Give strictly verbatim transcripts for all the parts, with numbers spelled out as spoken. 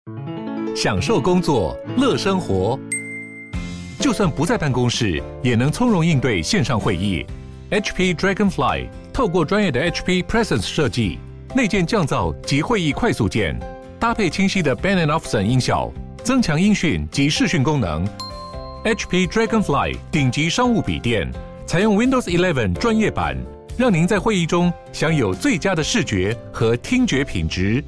享受工作，乐生活。就算不在办公室，也能从容应对线上会议。H P Dragonfly 透过专业的 H P Presence 设计，内建降噪及会议快速键，搭配清晰的 Bang and Olufsen 音效，增强音讯及视讯功能。H P Dragonfly 顶级商务笔电，采用 Windows 十一专业版，让您在会议中享有最佳的视觉和听觉品质。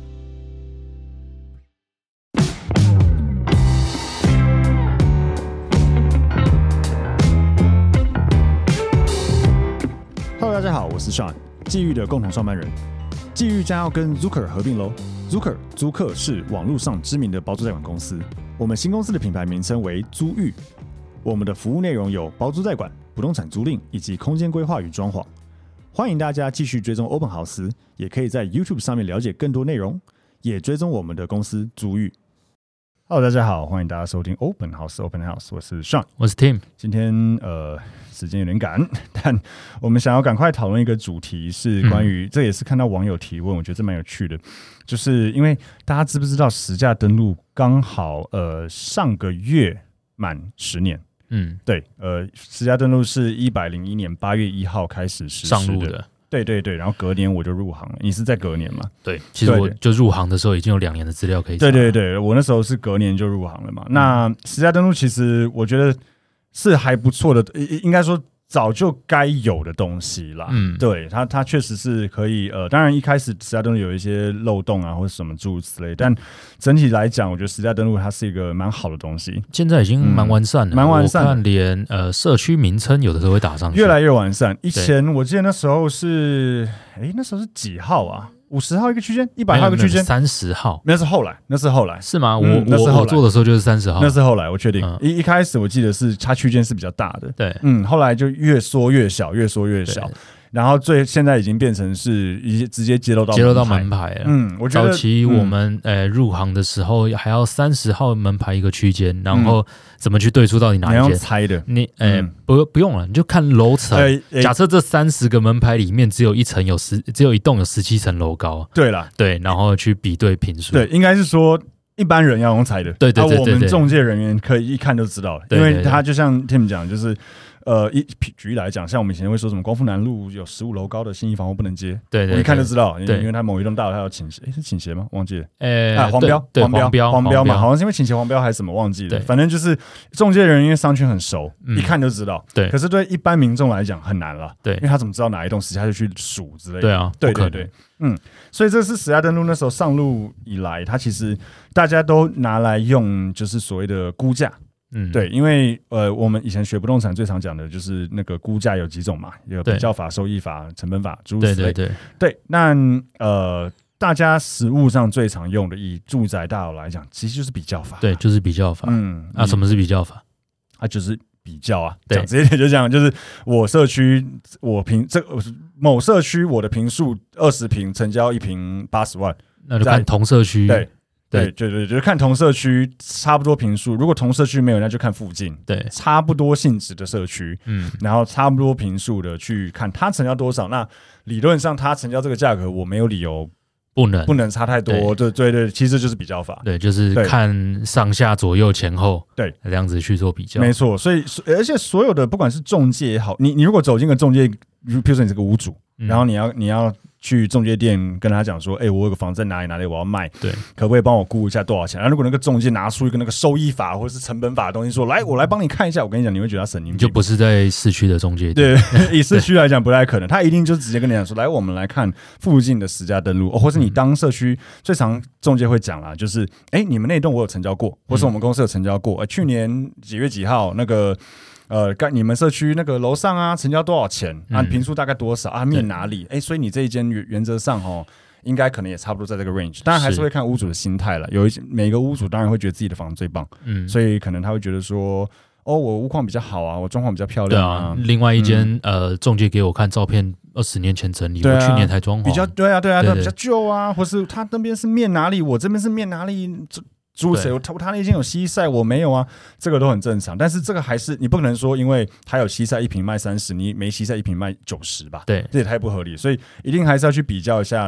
Hello， 大家好，我是 Sean， 际遇的共同创办人。际遇将要跟 Zucker 合并喽。Zucker 租客是网络上知名的包租代管公司，我们新公司的品牌名称为租遇。我们的服务内容有包租代管、不动产租赁以及空间规划与装潢。欢迎大家继续追踪 Open House， 也可以在 YouTube 上面了解更多内容，也追踪我们的公司租遇。Hello， 大家好，欢迎大家收听 Open House Open House， 我是 Sean， 我是 Tim。 今天呃时间有点赶，但我们想要赶快讨论一个主题，是关于、嗯、这也是看到网友提问，我觉得这蛮有趣的，就是因为大家知不知道实价登录刚好呃上个月满十年。嗯，对，呃，实价登录是一百零一年八月一号开始实施的上路的，对对对，然后隔年我就入行了。你是在隔年吗？ 对，其实我就入行的时候已经有两年的资料可以查。 对对对，我那时候是隔年就入行了嘛。嗯、那实价登录其实我觉得是还不错的，应该说早就该有的东西啦。嗯，对，它它确实是可以，呃，当然一开始实价登录有一些漏洞啊，或者什么诸如此类，但整体来讲，我觉得实价登录它是一个蛮好的东西。 现在已经蛮完善了，蛮、嗯、完善的。我看连呃社区名称有的时候会打上去， 越来越完善。以前我记得那时候是，哎，那时候是几号啊？五十号一个区间，一百号一个区间， 三十号， 那是后来，那是后来， 是吗？ 嗯、 我那是后来我做的时候就是三十号， 那是后来，我确定。一、嗯、一开始我记得是它区间是比较大的， 对， 嗯，后来就越缩越小，越缩越小，然后最现在已经变成是一直接接漏到接漏到门牌了。 嗯，我觉得早期我们、嗯、呃入行的时候还要三十号门牌一个区间，然后怎么去对出到底哪一间？ 你要猜的， 你呃、嗯、不不用了，你就看楼层。欸欸、假设这三十个门牌里面只有一层有十，只有一栋有十七层楼高。 对啦， 对，然后去比对坪数。 对，应该是说一般人要用猜的， 对对 对, 对, 对, 对， 啊、我们中介人员可以一看就知道了， 对对对对， 因为他就像 Tim 讲，就是。呃，一举例来讲，像我们以前会说什么光复南路有十五楼高的信义房屋不能接， 对 对, 对， 我一看就知道，因为因为它某一栋大楼它有倾斜，诶是倾斜吗？忘记了， 呃、欸啊，黄标， 对黄标，黄标嘛，好像是因为倾斜黄标还是什么忘记了，反正就是中介人因为商圈很熟，嗯、一看就知道， 对。 可是对一般民众来讲很难了， 对， 因为他怎么知道哪一栋实价就去数之类的， 对啊， 对对对，嗯，所以这是实价登录那时候上路以来，它其实大家都拿来用，就是所谓的估价。嗯，对，因为呃，我们以前学不动产最常讲的就是那个估价有几种嘛，有比较法、收益法、成本法，诸如此类。 对对对对，那呃，大家实务上最常用的，以住宅大楼来讲，其实就是比较法。 对，就是比较法。嗯，啊，什么是比较法？ 啊，就是比较啊，讲直接点就这样，就是我社区我平这某社区我的坪数二十坪，成交一坪八十万， 那就看同社区。 对。对对对，就是看同社区差不多坪数，如果同社区没有，那就看附近， 对， 差不多性质的社区，嗯，然后差不多坪数的去看它成交多少。那理论上它成交这个价格，我没有理由不能不能差太多。对对对，其实就是比较法， 对，就是看上下左右前后， 对， 这样子去做比较， 没错。所以而且所有的不管是中介也好，你你如果走进个中介，比如说你是个屋主，嗯、然后你要你要。去中介店跟他讲说，哎、欸，我有个房子在哪里哪里，我要卖，对，可不可以帮我估一下多少钱？然后如果那个中介拿出一个那个收益法或者是成本法的东西说，来，我来帮你看一下，我跟你讲，你会觉得他神经病， 就不是在市区的中介店， 对，以市区来讲不太可能，他一定就直接跟你讲说，来，我们来看附近的实价登录、哦，或是你当社区最常中介会讲啦，就是，哎、欸，你们那栋我有成交过，或是我们公司有成交过，呃，去年几月几号那个。呃，你们社区那个楼上啊，成交多少钱？啊，坪数大概多少？啊，面哪里？哎、欸，所以你这一间原则上哦，应该可能也差不多在这个 range。当然还是会看屋主的心态了。有一些每个屋主当然会觉得自己的房子最棒，嗯，所以可能他会觉得说，哦，我屋况比较好啊，我装潢比较漂亮啊。 啊另外一间、嗯、呃，中介给我看照片，二十年前整理，啊、我去年才装潢， 比较对啊，对啊，对啊，比较旧啊，或是他那边是面哪里，我这边是面哪里。租谁？他他那间有西晒，我没有啊，这个都很正常。但是这个还是你不可能说，因为他有西晒一瓶卖三十，你没西晒一瓶卖九十吧？ 对， 这也太不合理。所以一定还是要去比较一下，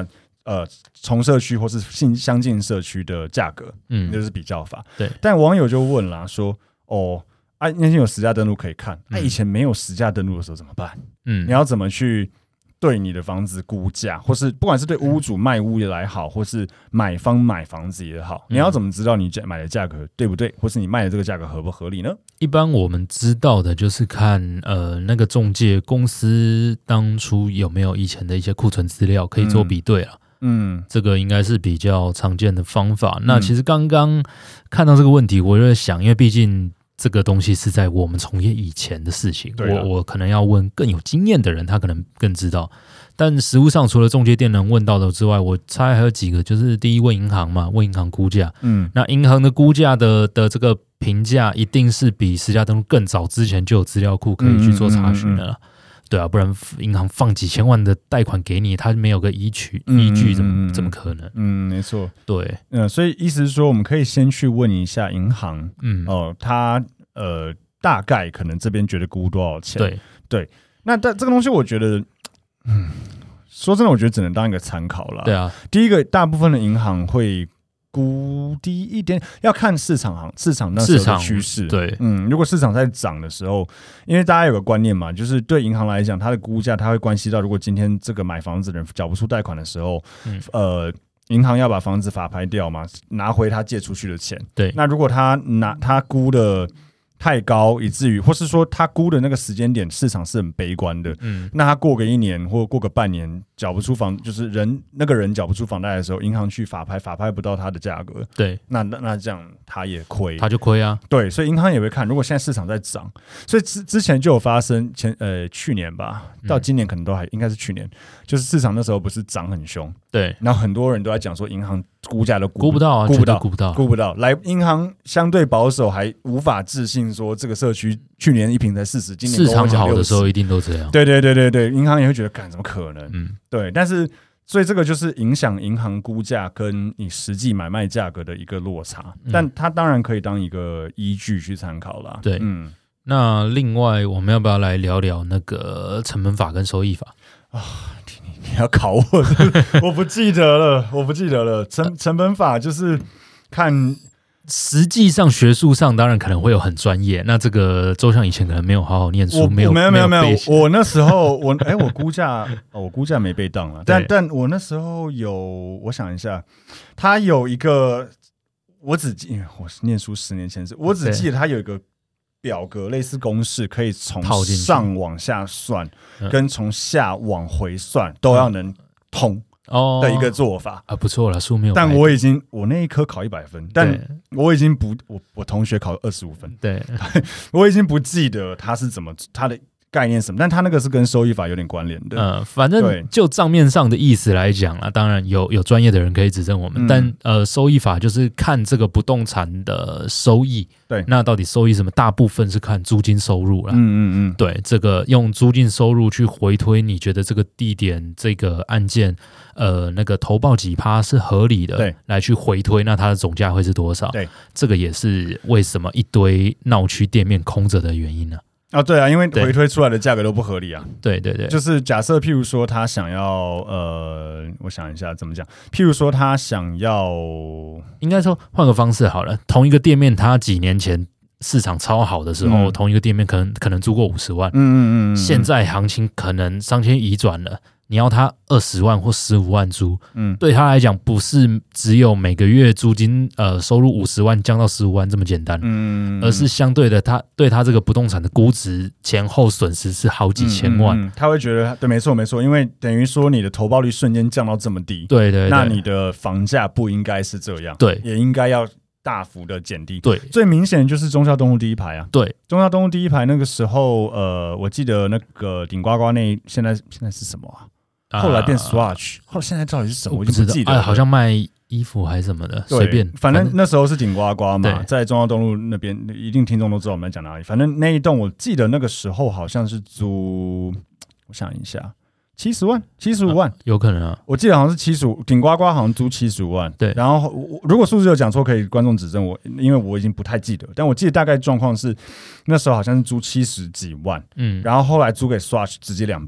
呃同社区或是相近社区的价格，嗯，这是比较法。 对， 但网友就问啦，说哦，啊，那天有实价登录可以看，那、嗯啊、以前没有实价登录的时候怎么办？嗯，你要怎么去对你的房子估价，或是不管是对屋主卖屋也来好，或是买方买房子也好，你要怎么知道你买的价格对不对，或是你卖的这个价格合不合理呢？ 一般我们知道的就是看呃那个中介公司当初有没有以前的一些库存资料可以做比对了。嗯，这个应该是比较常见的方法。那其实刚刚看到这个问题，我就在想，因为毕竟这个东西是在我们从业以前的事情，我我可能要问更有经验的人，他可能更知道。但实务上，除了中介店能问到的之外，我猜还有几个，就是第一问银行嘛，问银行估价。嗯，那银行的估价的的这个评价，一定是比实价登录更早之前就有资料库可以去做查询的了。嗯嗯嗯嗯对啊，不然银行放几千万的贷款给你，他没有个依据，依据怎么怎么可能？ 嗯，没错， 对， 嗯，所以意思是说，我们可以先去问一下银行，嗯，哦、呃，他呃大概可能这边觉得估多少钱？ 对对，那但这个东西，我觉得，嗯，说真的，我觉得只能当一个参考啦。 对啊， 第一个，大部分的银行会估低一点，要看市场行市场那时候的趋势。 对， 嗯，如果市场在涨的时候，因为大家有个观念嘛，就是对银行来讲，它的估价它会关系到，如果今天这个买房子的人缴不出贷款的时候，嗯、呃，银行要把房子法拍掉嘛，拿回他借出去的钱。 对， 那如果他拿他估的太高，以至于或是说他估的那个时间点市场是很悲观的，嗯，那他过个一年或过个半年缴不出房，就是人那个人缴不出房贷的时候，银行去法拍，法拍不到他的价格， 对， 那那那这样他也亏， 他就亏啊， 对，所以银行也会看，如果现在市场在涨，所以之之前就有发生前呃去年吧，到今年可能都还应该是去年，就是市场那时候不是涨很凶， 对， 然后很多人都在讲说银行估价都估不到啊， 估不到， 估不到， 估不到，来银行相对保守，还无法置信说这个社区去年一坪才四十，今年市场好的时候一定都这样， 对对对对对，银行也会觉得，干怎么可能？嗯，对，但是所以这个就是影响银行估价跟你实际买卖价格的一个落差，嗯、但它当然可以当一个依据去参考啦。 对，嗯，那另外我们要不要来聊聊那个成本法跟收益法啊？你, 你要考我我不记得了，我不记得了。成成本法就是看。 实际上学术上当然可能会有很专业，那这个周相以前可能没有好好念书，没有没有没有没有，我那时候我哎、欸、我估价、哦、我估价没被当了，但但我那时候有，我想一下，他有一个，我只记我念书十年前是，我只记得他有一个表格类似公式，可以从上往下算，跟从下往回算都要能通。哦的一个做法啊，不错了，书没有， 但我已经我那一科考一百分，但我已经不我我同学考二十五分， 对， 我已经不记得他是怎么他的概念什么，但他那个是跟收益法有点关联的。 呃，反正就账面上的意思来讲啊，当然有有专业的人可以指正我们，嗯、但呃，收益法就是看这个不动产的收益。 对， 那到底收益什么？大部分是看租金收入啦。嗯嗯嗯，对，这个用租金收入去回推，你觉得这个地点这个案件，呃，那个投报几趴是合理的？ 对， 来去回推，那它的总价会是多少？ 对， 这个也是为什么一堆闹区店面空着的原因呢、 啊？啊，对啊，因为回推出来的价格都不合理啊。 对对对， 就是假设，譬如说他想要，呃，我想一下怎么讲。譬如说他想要， 应该说换个方式好了，同一个店面，他几年前市场超好的时候，嗯、同一个店面可能可能租过五十万，嗯嗯 嗯, 嗯，现在行情可能商圈移转了。你要他二十万或十五万租，嗯，对他来讲不是只有每个月租金呃收入五十万降到十五万这么简单，嗯，而是相对的他对他这个不动产的估值前后损失是好几千万， 嗯嗯、他会觉得对，没错没错，因为等于说你的投报率瞬间降到这么低， 对 对, 对， 那你的房价不应该是这样， 对， 也应该要大幅的减低， 对， 最明显的就是忠孝东路第一排啊， 对， 忠孝东路第一排那个时候，呃，我记得那个顶呱呱那现在现在是什么啊？后来变 Swatch， 后来现在到底是什么？我已经不记得了、 哎，好像卖衣服还是什么的，随便。 反正那时候是顶呱呱嘛，在忠孝东路那边，一定听众都知道我们在讲哪里。反正那一栋，我记得那个时候好像是租，我想一下，七十万、七十五万、啊， 有可能啊。 我记得好像是七十五，顶呱呱好像租七十五万。 对， 然后如果数字有讲错，可以观众指正我，因为我已经不太记得。但我记得大概状况是，那时候好像是租七十几万，嗯，然后后来租给 Swatch 直接两倍。好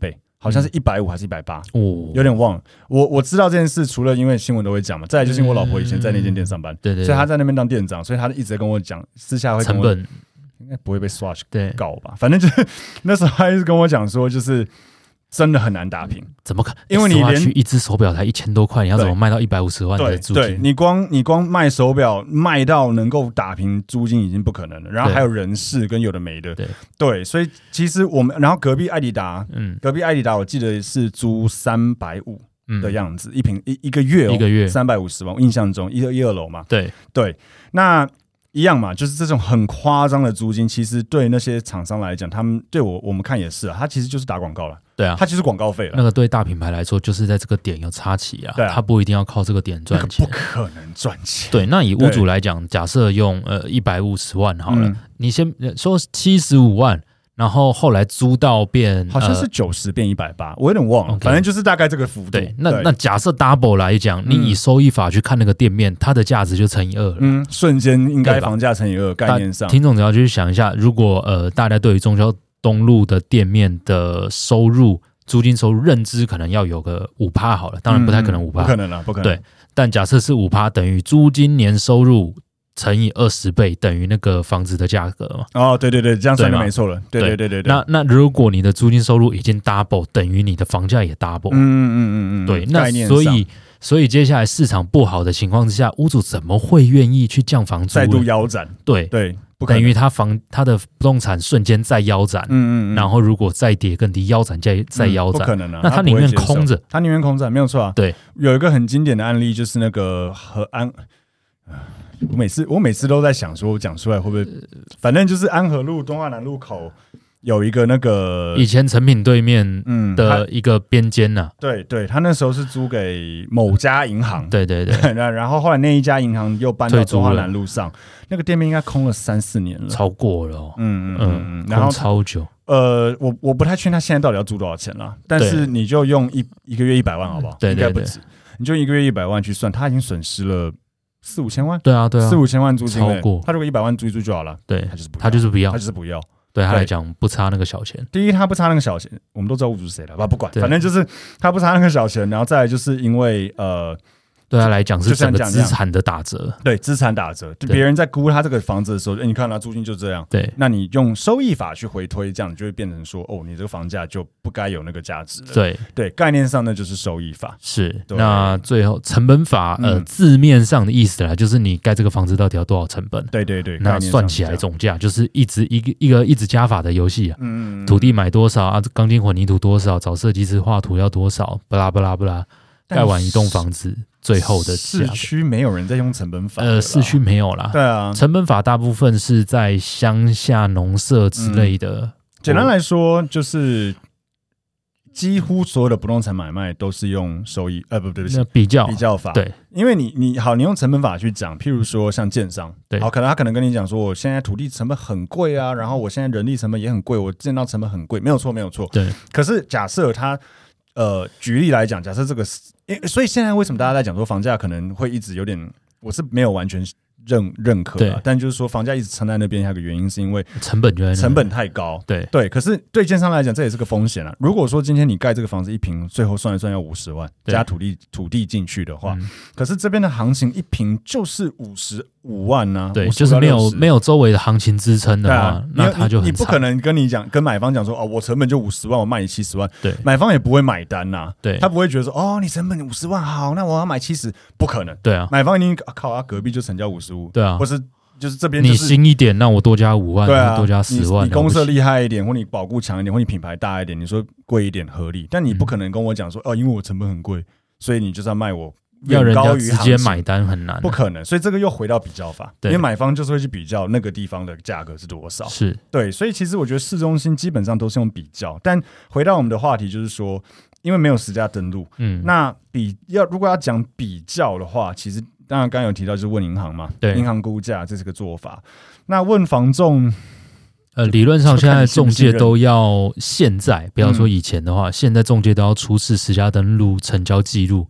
好像是一百五还是一百八， 哦， 有点忘了。我我知道这件事，除了因为新闻都会讲嘛，再来就是因为我老婆以前在那间店上班， 嗯、对, 对对， 所以她在那边当店长，所以她一直在跟我讲，私下会跟我成本应该不会被 Swatch 对告吧？反正就是那时候她一直跟我讲说，就是真的很难打平， 怎么可能？ 因为你连一只手表才一千多块，你要怎么卖到一百五十万的租金？ 对，对你光你光卖手表卖到能够打平租金已经不可能了，然后还有人事跟有的没的， 对对，所以其实我们，然后隔壁艾迪达， 嗯， 隔壁艾迪达我记得是租三百五的样子，嗯、一平一一个月、哦， 一个月三百五十万，我印象中一一二楼嘛， 对对，那。一样嘛，就是这种很夸张的租金，其实对那些厂商来讲，他们对我我们看也是啊，它其实就是打广告了， 对啊， 它就是广告费了。 那个对大品牌来说，就是在这个点有插旗啊， 对啊， 它不一定要靠这个点赚钱， 那个、不可能赚钱。 对，那以屋主来讲，假设用呃一百五十万好了，嗯、你先说七十五万。然后后来租到变好像是九十变一百八，我有点忘了， okay, 反正就是大概这个幅度。 对，那对那假设 double 来讲，你以收益法去看那个店面，它的价值就乘以二了。 嗯，瞬间应该房价乘以二概念上。 听众只要去想一下，如果呃大家对于中消东路的店面的收入、租金收入认知可能要有个五趴好了，当然不太可能五趴、 嗯，不可能了，不可能。 对，但假设是五趴，等于租金年收入。乘以二十倍等于那个房子的价格嘛？ 哦，对对对，这样算就没错了。对对对对对。 那那如果你的租金收入已经 double， 等于你的房价也 double。 嗯嗯嗯嗯。 对，那所以所以接下来市场不好的情况之下，屋主怎么会愿意去降房租？ 再度腰斩。 对对， 等于他房他的不动产瞬间再腰斩。 嗯嗯嗯。然后如果再跌更低，腰斩再再腰斩， 不可能啊！ 那他宁愿空着， 他宁愿空着，没有错啊。 对， 有一个很经典的案例就是那个和安。我每次我每次都在想说，我讲出来会不会？反正就是安和路东华南路口有一个那个以前成品对面的一个边间呐、啊嗯。对对，他那时候是租给某家银行。 对对对。 然后后来那一家银行又搬到东华南路上，那个店面应该空了三四年了， 超过了、哦。 嗯嗯嗯嗯，然后超久。 呃，我我不太确定他现在到底要租多少钱了，但是你就用一一个月一百万好不好？ 对对对， 应该不止。你就一个月一百万去算，他已经损失了。四五千万， 对啊，对啊， 四五千万租金， 超过他如果一百万租一租就好了， 对， 他就是不， 他就是不要， 他就是不要， 对他来讲不差那个小钱。 第一，他不差那个小钱，我们都知道屋主是谁了，吧？不管，反正就是他不差那个小钱，然后再来就是因为呃。 对他来讲是整个资产的打折， 对资产打折，别人在估他这个房子的时候，欸、你看他租金就这样， 对， 那你用收益法去回推，这样就会变成说，哦，你这个房价就不该有那个价值了。 对对，概念上那就是收益法。 是，那最后成本法，呃，嗯、字面上的意思啦，就是你盖这个房子到底要多少成本？ 对对对， 那算起来总价就是一直一个一个一直加法的游戏啊。嗯嗯，土地买多少啊？钢筋混凝土多少？找设计师画图要多少？巴拉巴拉巴拉，盖完一栋房子。最后的市区没有人在用成本法， 呃，市区没有啦。 对啊， 成本法大部分是在乡下农舍之类的。嗯、 简单来说，就是几乎所有的不动产买卖都是用收益，呃，不对不起， 比较比较法。 对， 因为你你好，你用成本法去讲，譬如说像建商， 对， 好，可能他可能跟你讲说，我现在土地成本很贵啊，然后我现在人力成本也很贵，我建造成本很贵，没有错，没有错。 对， 可是假设他。呃，举例来讲，假设这个，所以现在为什么大家在讲说房价可能会一直有点，我是没有完全认认可的，但就是说房价一直撑在那边，还有个原因是因为成本就在那成本太高， 对对。可是对建商来讲，这也是个风险啊。如果说今天你盖这个房子一坪，最后算一算要五十万，加土地土地进去的话，嗯、可是这边的行情一坪就是五十五万呢、啊， 对，就是没有没有周围的行情支撑的话，啊、那他就很你不可能跟你讲跟买方讲说哦，我成本就五十万，我卖你七十万， 对， 买方也不会买单呐、啊， 对， 他不会觉得说哦，你成本五十万好，那我要买七十，不可能， 对啊， 买方一定、啊、靠他隔壁就成交五十五， 对啊， 或是。就是这边、就是、 你新一点，那我多加五万， 对啊， 多加十万。 你, 你公社厉害一点，或你保固强一点，或你品牌大一点，你说贵一点合理，但你不可能跟我讲说、嗯、哦，因为我成本很贵，所以你就是要卖我要人家直接买单很难， 不可能。所以这个又回到比较法，因为买方就是会去比较那个地方的价格是多少， 是对。所以其实我觉得市中心基本上都是用比较，但回到我们的话题就是说，因为没有实价登录，嗯，那比要如果要讲比较的话，其实。当然，刚刚有提到就是问银行嘛，对，银行估价这是个做法。那问房仲， 呃，理论上现在仲介都要现在，不要说以前的话，嗯、现在仲介都要出示实价登录成交记录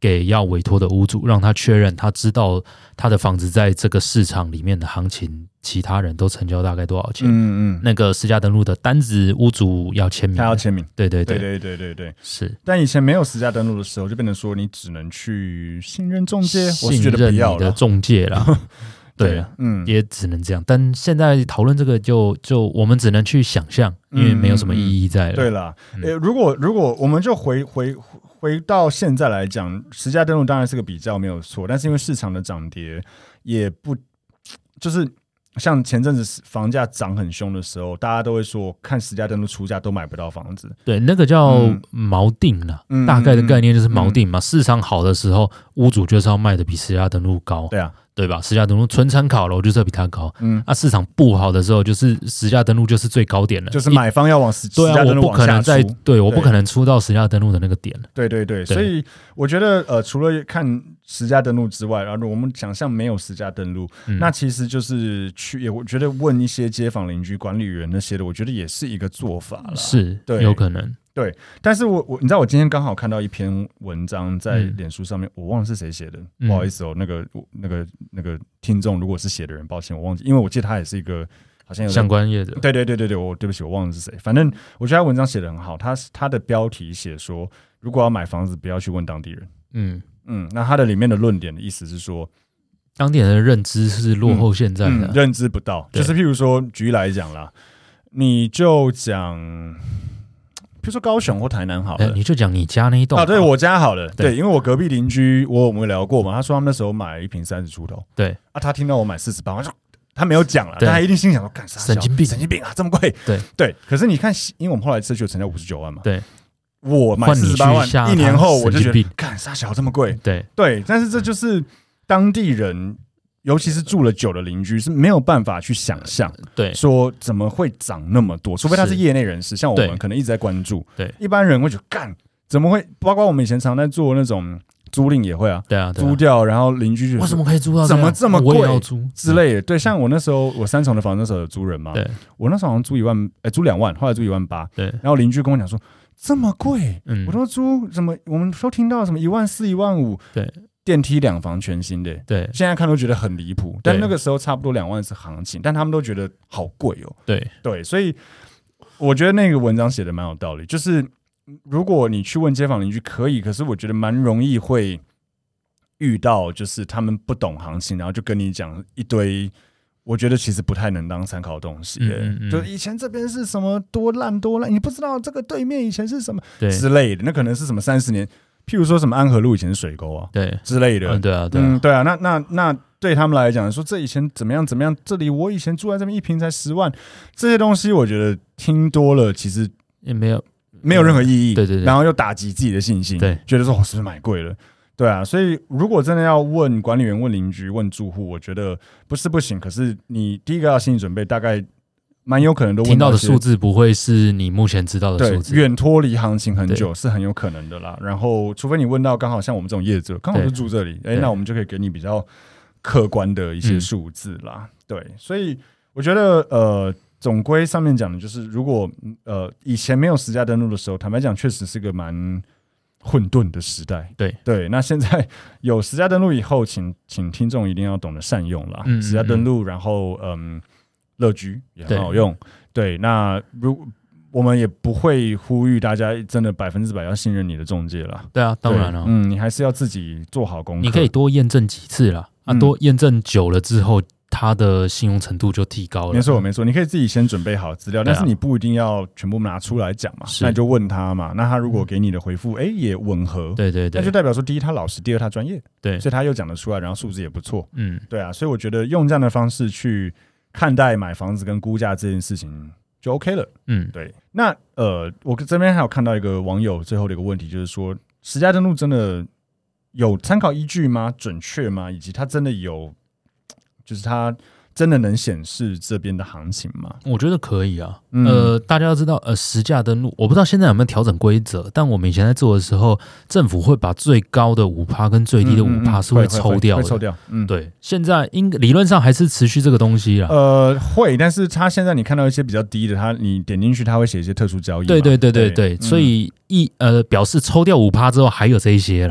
给要委托的屋主，让他确认他知道他的房子在这个市场里面的行情，其他人都成交大概多少钱。嗯嗯，那个实价登录的单子，屋主要签名， 他要签名。 对对对对对对对对， 是。 但以前没有实价登录的时候，就变成说你只能去信任中介，我是觉得信任不要你的中介啦。对，嗯，也只能这样。但现在讨论这个就，就我们只能去想象，因为没有什么意义在了。 嗯嗯、对啦，嗯欸、如果如果我们就回回回到现在来讲，实价登录当然是个比较没有错，但是因为市场的涨跌也不就是像前阵子房价涨很凶的时候，大家都会说看实价登录出价都买不到房子。 对，那个叫锚定啦、嗯、大概的概念就是锚定嘛、嗯。市场好的时候，屋主就是要卖的比实价登录高。 对啊。 对吧？实价登录纯参考了，我就是要比它高。嗯，啊，市场不好的时候，就是实价登录就是最高点了， 就是买方要往实价登录往下出。对啊，我不可能在对，我不可能出到实价登录的那个点。 对对对，所以我觉得呃，除了看实价登录之外，然后我们想象没有实价登录、嗯，那其实就是去，也我觉得问一些街坊邻居、管理员那些的，我觉得也是一个做法啦。 是，对，有可能。 对，但是我我你知道我今天刚好看到一篇文章在脸书上面、嗯，我忘了是谁写的、嗯，不好意思哦，那个那个那个听众如果是写的人，抱歉我忘记，因为我记得他也是一个好像有相关业者， 对对对对对，我对不起我忘了是谁，反正我觉得他文章写得很好，他他的标题写说，如果要买房子不要去问当地人，嗯嗯，那他的里面的论点的意思是说， 当地人的认知是落后现在的， 嗯嗯、认知不到，就是譬如说举例来讲啦，你就讲。比如说高雄或台南好了，欸、 你就讲你家那一栋啊，对我家好了，对，对因为我隔壁邻居，我我们聊过嘛，他说他们那时候买一瓶三十出头，对啊，他听到我买四十八，他说他没有讲了，但他一定心想说，干啥神经病， 神经病啊，这么贵，对对。可是你看，因为我们后来社区有成交五十九万嘛， 对， 我买四十八万，一年后我就觉得，干啥小这么贵， 对对，但是这就是当地人。尤其是住了久的邻居是没有办法去想象，对，说怎么会涨那么多，除非他是业内人士，像我们可能一直在关注，对，一般人会觉得干怎么会？包括我们以前常在做那种租赁也会啊， 对啊，对啊租掉，然后邻居就为什么可以租到怎么这么贵之类的，对， 嗯、 像我那时候我三重的房子那时候有租人嘛，对，我那时候好像租一万，哎、欸，租两万，后来租一万八，对，然后邻居跟我讲说这么贵，嗯，我说租什么？我们都听到什么一万四、一万五，对。电梯两房全新的，对，现在看都觉得很离谱，但那个时候差不多两万是行情，但他们都觉得好贵哦。对对，所以我觉得那个文章写的蛮有道理，就是如果你去问街坊邻居可以，可是我觉得蛮容易会遇到，就是他们不懂行情，然后就跟你讲一堆，我觉得其实不太能当参考的东西、欸嗯嗯嗯，就以前这边是什么多烂多烂，你不知道这个对面以前是什么之类的，那可能是什么三十年。譬如说什么安和路以前是水沟啊，对之类的， 嗯、对啊，对啊， 嗯，对啊，那那那对他们来讲，说这以前怎么样怎么样，这里我以前住在这边一坪才十万，这些东西我觉得听多了其实也没有没有任何意义， 对对对， 然后又打击自己的信心，对，觉得说我是不是买贵了，对啊，所以如果真的要问管理员、问邻居、问住户，我觉得不是不行，可是你第一个要心理准备，大概。蛮有可能都问听到的数字不会是你目前知道的数字， 远脱离行情很久是很有可能的啦。然后，除非你问到刚好像我们这种业者，刚好就住这里，哎、欸，那我们就可以给你比较客观的一些数字啦、嗯。对，所以我觉得呃，总归上面讲的就是，如果呃以前没有实价登录的时候，坦白讲，确实是个蛮混沌的时代。对对，那现在有实价登录以后，请请听众一定要懂得善用啦。嗯嗯嗯实价登录，然后嗯。乐居也很好用， 对, 对，那如我们也不会呼吁大家真的百分之百要信任你的中介啦。 对啊，当然了， 嗯，你还是要自己做好功课。 你可以多验证几次啦，啊，多验证久了之后，他的信用程度就提高了。 没错，没错，你可以自己先准备好资料，但是你不一定要全部拿出来讲嘛，那你就问他嘛。那他如果给你的回复，哎、欸，也吻合，对对对，那就代表说，第一他老实，第二他专业，对，所以他又讲得出来，然后数字也不错，嗯，对啊，所以我觉得用这样的方式去。看待买房子跟估价这件事情就 OK 了，嗯，对。那呃，我这边还有看到一个网友最后的一个问题，就是说，实价登录真的有参考依据吗？准确吗？以及它真的有，就是它真的能显示这边的行情吗？ 我觉得可以啊。嗯、呃，大家要知道，呃，实价登录，我不知道现在有没有调整规则，但我们以前在做的时候，政府会把最高的 百分之五 跟最低的 百分之五 是会抽掉的， 嗯、会, 会, 会抽掉。嗯， 对。现在应理论上还是持续这个东西啦。 呃，会，但是它现在你看到一些比较低的，它你点进去，它会写一些特殊交易。 对对对对对，对、嗯，所以一呃表示抽掉 百分之五 之后还有这一些啦。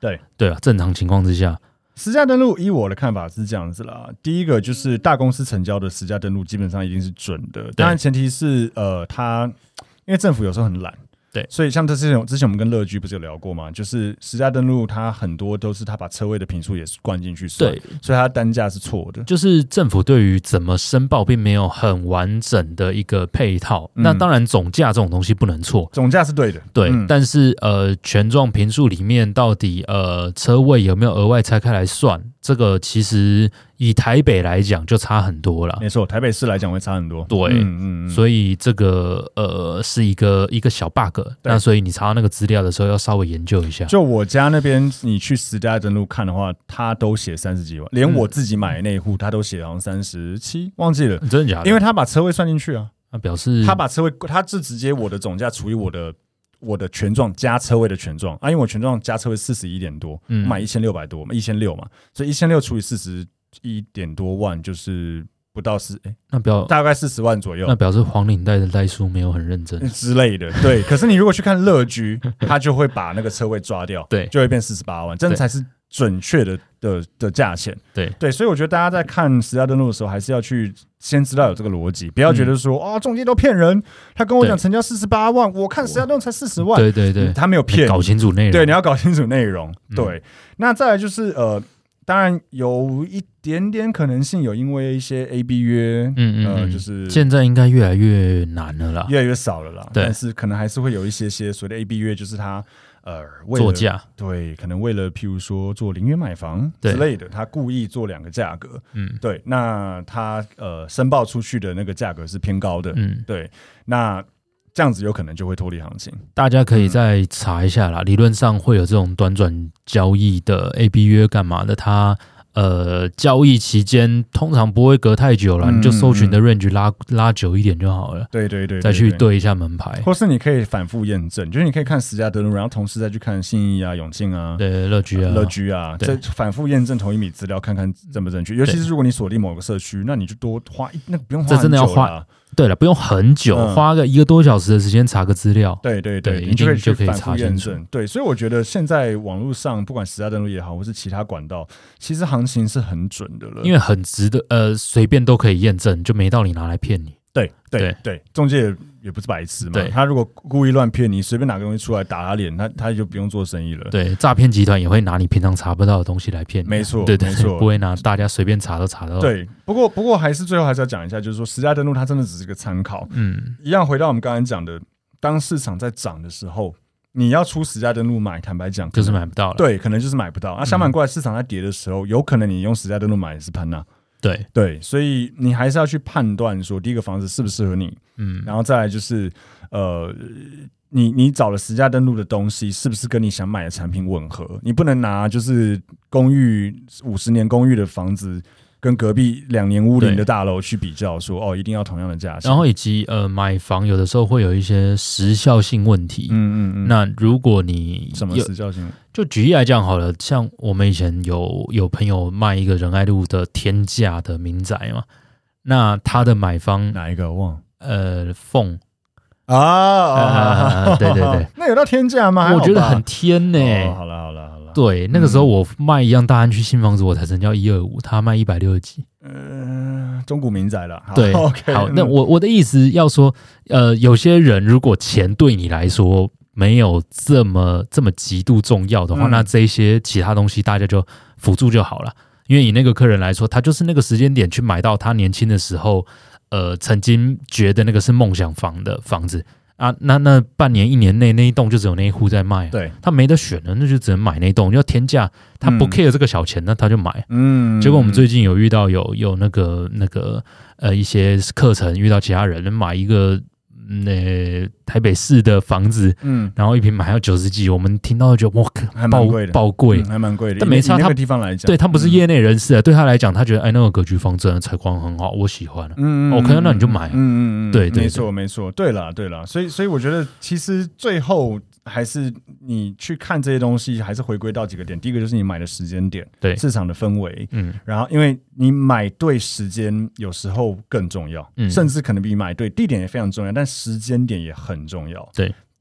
对对啊，正常情况之下。 实价登录，依我的看法是这样子啦。第一个就是大公司成交的实价登录基本上一定是准的，当然前提是呃，它因为政府有时候很懒，对，所以像这之前之前我们跟乐居不是有聊过吗？就是实价登录，它很多都是它把车位的坪数也灌进去算，对，所以它单价是错的。 就是政府对于怎么申报并没有很完整的一个配套。嗯、那当然总价这种东西不能错， 总价是对的， 对。 嗯、 但是呃，权状坪数里面到底呃车位有没有额外拆开来算？这个其实以台北来讲就差很多了， 没错，台北市来讲会差很多， 对，嗯嗯嗯，所以这个呃是一个一个小 bug， 那所以你查到那个资料的时候要稍微研究一下。 就我家那边，你去实价登录看的话，他都写三十几万，连我自己买的那一户他都写好像三十七，忘记了， 真的假的？ 因为他把车位算进去啊， 那表示他把车位，他是直接我的总价除以我的。我的权状加车位的权状啊，因为我权状加车位四十一点多，嗯、我买一千六百多，一千六嘛，所以一千六除以四十一点多万，就是不到四，哎、欸， 那表大概四十万左右。 那表示黄领带的代书没有很认真之类的，对。可是你如果去看乐居，他就会把那个车位抓掉，对，就会变四十八万，这才是准确的的的价钱。 对对，所以我觉得大家在看实价登录的时候，还是要去先知道有这个逻辑，不要觉得说哦，中介都骗人，他跟我讲成交四十八万，我看实价登录才四十万， 对对对， 他没有骗， 搞清楚内容， 对，你要搞清楚内容。嗯、对，那再来就是呃，当然有一点点可能性有因为一些 A B 约，嗯嗯呃，就是现在应该越来越难了啦， 越来越少了啦，但是可能还是会有一些些所谓的 A B 约，就是他。呃， 作价对，可能为了譬如说做零元买房之类的，他故意做两个价格，嗯，对，那他呃申报出去的那个价格是偏高的，嗯，对，那这样子有可能就会脱离行情。 大家可以再查一下啦，嗯、理论上会有这种短转交易的 A B 约干嘛的，它。呃，交易期间通常不会隔太久了，嗯、你就搜寻的 range 拉拉久一点就好了。 对对 对, 对， 再去对一下门牌， 或是你可以反复验证，就是你可以看实价登录，然后同时再去看信义啊、永庆啊、 对乐居啊、 乐居啊，再反复验证同一笔资料，看看正不正确。尤其是如果你锁定某个社区，那你就多花一那不用花很久啦， 这真的要花。对了，不用很久，嗯、花个一个多小时的时间查个资料。 对对 对, 对，你就可以去反复验证。对，所以我觉得现在网络上不管实价登录也好，或是其他管道，其实行情是很准的了， 因为很值得，呃，随便都可以验证，就没道理拿来骗你。 对对 对, 对，中介也不是白痴嘛，他如果故意乱骗你，随便拿个东西出来打他脸，他他就不用做生意了。 对，诈骗集团也会拿你平常查不到的东西来骗你。 没错， 对对， 没错， 不会拿大家随便查都查得到。 对，不过不过还是最后还是要讲一下，就是说实价登录它真的只是个参考。嗯，一样回到我们刚才讲的，当市场在涨的时候，你要出实价登录买，坦白讲就是买不到了。 对，可能就是买不到。那、啊、相反过来，市场在跌的时候，有可能你用实价登录买也是盘呐。 对对，所以你还是要去判断说，第一个房子适不适合你，嗯，然后再来就是，呃，你你找了实价登录的东西，是不是跟你想买的产品吻合？你不能拿就是公寓五十年公寓的房子。跟隔壁两年屋龄的大楼去比较说，说哦，一定要同样的价钱。 然后以及呃，买房有的时候会有一些时效性问题。嗯嗯嗯。那如果你什么时效性？ 就举例来讲好了，像我们以前有有朋友卖一个仁爱路的天价的民宅嘛，那他的买方哪一个我忘了？ 呃，凤啊、 呃，对对对， 那有到天价吗？ 我觉得很天呢、欸哦。好了好了好了。 对，那个时候我卖一样大安区新房子，我才成交一二五，他卖一百六十几。 呃，中古民宅了。 对 ，OK。 好，那我我的意思要说，呃，有些人如果钱对你来说没有这么这么极度重要的话，嗯、那这些其他东西大家就辅助就好了。因为以那个客人来说，他就是那个时间点去买到他年轻的时候，呃，曾经觉得那个是梦想房的房子。啊，那那半年一年内那一栋就只有那一户在卖、啊，对，他没得选了，那就只能买那一栋，要天价，他不 care 这个小钱，那他就买。嗯，结果我们最近有遇到有有那个那个呃一些课程遇到其他人买一个那、呃、台北市的房子，嗯，然后一平买要九十几，我们听到就哇， 还蛮贵的， 爆贵、 嗯，还蛮贵的。 但没差，他那个地方来讲， 对他不是业内人士、啊嗯，对他来讲，他觉得哎那个格局方真的采光很好，我喜欢了、啊。嗯 ，OK， 那你就买、啊。嗯嗯嗯，对 对, 对， 没错没错。对了对了，所以所以我觉得其实最后还是你去看这些东西，还是回归到几个点。第一个就是你买的时间点，对市场的氛围，嗯，然后因为你买对时间有时候更重要，嗯，甚至可能比买对地点也非常重要，但时间点也很重要。 对。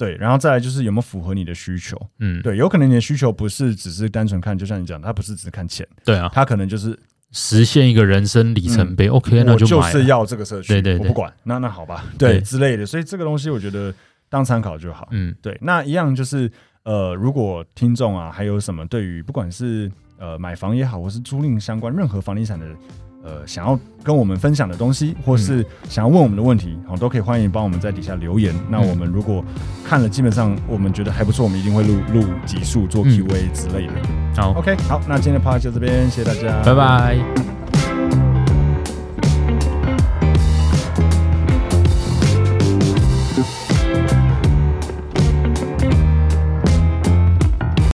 对，然后再来就是有没有符合你的需求，嗯，对，有可能你的需求不是只是单纯看，就像你讲的，它不是只是看钱， 对啊， 它可能就是实现一个人生里程碑、嗯、，OK， 那就买了， 我就是要这个社区， 对对对， 我不管，那那好吧，对之类的，所以这个东西我觉得当参考就好，嗯，对，那一样就是呃，如果听众啊还有什么对于不管是呃买房也好，或是租赁相关任何房地产的。呃，想要跟我们分享的东西，或是想要问我们的问题，好，都可以欢迎帮我们在底下留言。那我们如果看了，基本上我们觉得还不错，我们一定会录录集数做 Q A 之类的。 好 ，OK， 好，那今天的 podcast 就这边，谢谢大家， 拜拜。